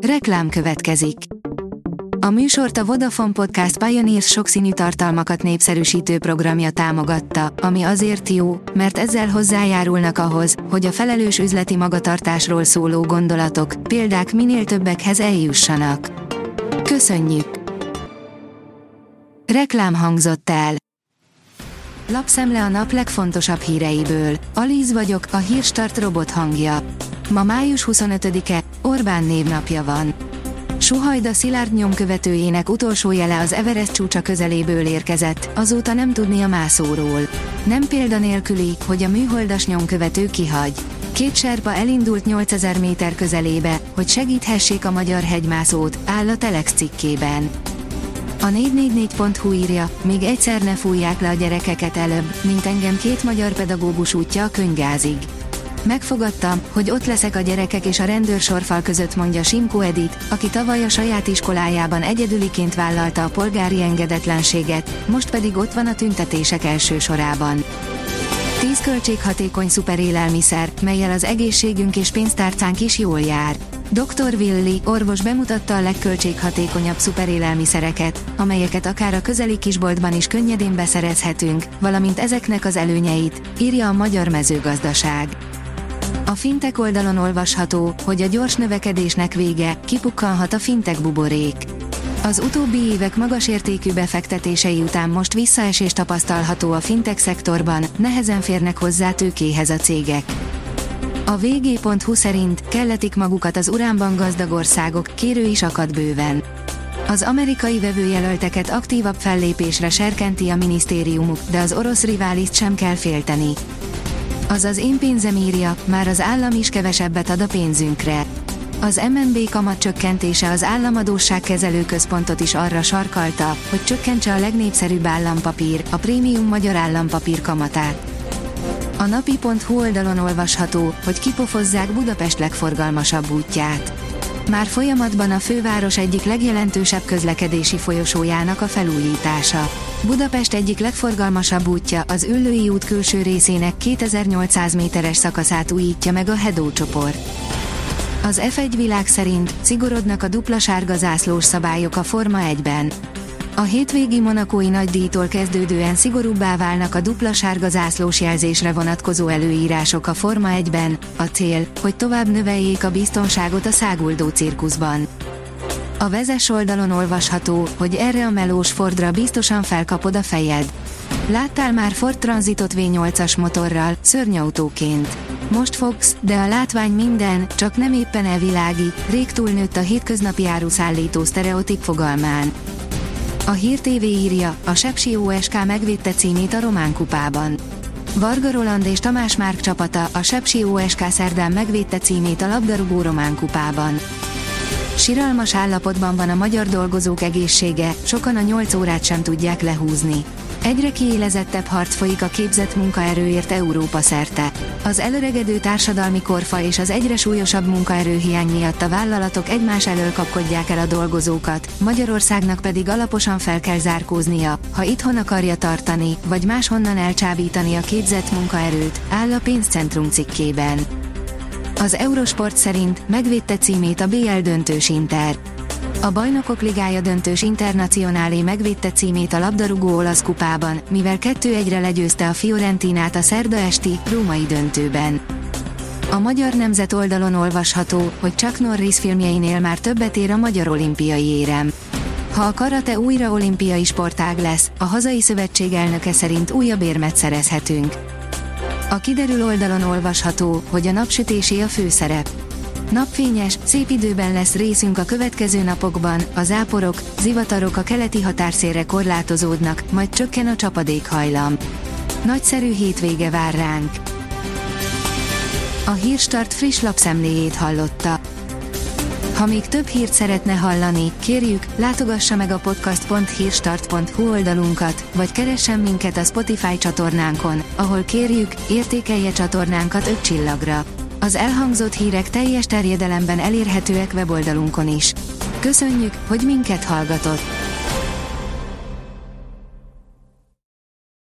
Reklám következik. A műsort a Vodafone Podcast Pioneers sokszínű tartalmakat népszerűsítő programja támogatta, ami azért jó, mert ezzel hozzájárulnak ahhoz, hogy a felelős üzleti magatartásról szóló gondolatok, példák minél többekhez eljussanak. Köszönjük! Reklám hangzott el. Lapszemle a nap legfontosabb híreiből. Alíz vagyok, a Hírstart robot hangja. Ma május 25-e, Orbán névnapja van. Suhajda Szilárd nyomkövetőjének utolsó jele az Everest csúcsa közeléből érkezett, azóta nem tudni a mászóról. Nem példanélküli, hogy a műholdas nyomkövető kihagy. Két serpa elindult 8000 méter közelébe, hogy segíthessék a magyar hegymászót, áll a Telex cikkében. A 444.hu írja, még egyszer ne fújják le a gyerekeket előbb, mint engem két magyar pedagógus útja a Könygázig. Megfogadtam, hogy ott leszek a gyerekek és a rendőrsorfal között, mondja Simko Edith, aki tavaly a saját iskolájában egyedüliként vállalta a polgári engedetlenséget, most pedig ott van a tüntetések első sorában. 10 költséghatékony szuperélelmiszer, mellyel az egészségünk és pénztárcánk is jól jár. Dr. Willi, orvos bemutatta a legköltséghatékonyabb szuperélelmiszereket, amelyeket akár a közeli kisboltban is könnyedén beszerezhetünk, valamint ezeknek az előnyeit, írja a Magyar Mezőgazdaság. A Fintech oldalon olvasható, hogy a gyors növekedésnek vége, kipukkanhat a fintech buborék. Az utóbbi évek magas értékű befektetései után most visszaesés tapasztalható a fintech szektorban, nehezen férnek hozzá tőkéhez a cégek. A vg.hu szerint kelletik magukat az uránban gazdag országok, kérő is akad bőven. Az amerikai vevőjelölteket aktívabb fellépésre serkenti a minisztériumuk, de az orosz riválist sem kell félteni. Azaz én pénzem írja, már az állam is kevesebbet ad a pénzünkre. Az MNB kamatcsökkentése az államadósságkezelő központot is arra sarkalta, hogy csökkentse a legnépszerűbb állampapír, a prémium magyar állampapír kamatát. A napi.hu oldalon olvasható, hogy kipofozzák Budapest legforgalmasabb útját. Már folyamatban a főváros egyik legjelentősebb közlekedési folyosójának a felújítása. Budapest egyik legforgalmasabb útja, az Üllői út külső részének 2800 méteres szakaszát újítja meg a Hedó csoport. Az F1 világ szerint szigorodnak a dupla sárga zászlós szabályok a Forma 1-ben. A hétvégi monakói nagydíjtól kezdődően szigorúbbá válnak a dupla sárga zászlós jelzésre vonatkozó előírások a Forma 1-ben, a cél, hogy tovább növeljék a biztonságot a száguldó cirkuszban. A Vezes oldalon olvasható, hogy erre a melós Fordra biztosan felkapod a fejed. Láttál már Ford Transitot V8-as motorral, szörnyautóként. Most fogsz, de a látvány minden, csak nem éppen elvilági, rég túlnőtt a hétköznapi áruszállító sztereotíp fogalmán. A Hír TV írja, a Sepsi OSK megvédte címét a Román kupában. Varga Roland és Tamás Márk csapata, a Sepsi OSK szerdán megvédte címét a labdarúgó Román kupában. Siralmas állapotban van a magyar dolgozók egészsége, sokan a 8 órát sem tudják lehúzni. Egyre kiélezettebb harc folyik a képzett munkaerőért Európa szerte. Az elöregedő társadalmi korfa és az egyre súlyosabb munkaerőhiány miatt a vállalatok egymás elől kapkodják el a dolgozókat, Magyarországnak pedig alaposan fel kell zárkóznia, ha itthon akarja tartani, vagy máshonnan elcsábítani a képzett munkaerőt, áll a Pénzcentrum cikkében. Az Eurosport szerint megvédte címét a BL döntős Inter. A Bajnokok Ligája döntős Internacionálé megvédte címét a labdarúgó olasz kupában, mivel 2-1-re legyőzte a Fiorentinát a szerda esti, római döntőben. A Magyar Nemzet oldalon olvasható, hogy Chuck Norris filmjeinél már többet ér a magyar olimpiai érem. Ha a karate újra olimpiai sportág lesz, a hazai szövetség elnöke szerint újabb érmet szerezhetünk. A Kiderül oldalon olvasható, hogy a napsütésé a főszerep. Napfényes, szép időben lesz részünk a következő napokban, a záporok, zivatarok a keleti határszélre korlátozódnak, majd csökken a csapadékhajlam. Nagyszerű hétvége vár ránk. A Hírstart friss lapszemléjét hallotta. Ha még több hírt szeretne hallani, kérjük, látogassa meg a podcast.hírstart.hu oldalunkat, vagy keressen minket a Spotify csatornánkon, ahol kérjük, értékelje csatornánkat 5 csillagra. Az elhangzott hírek teljes terjedelemben elérhetőek weboldalunkon is. Köszönjük, hogy minket hallgatott!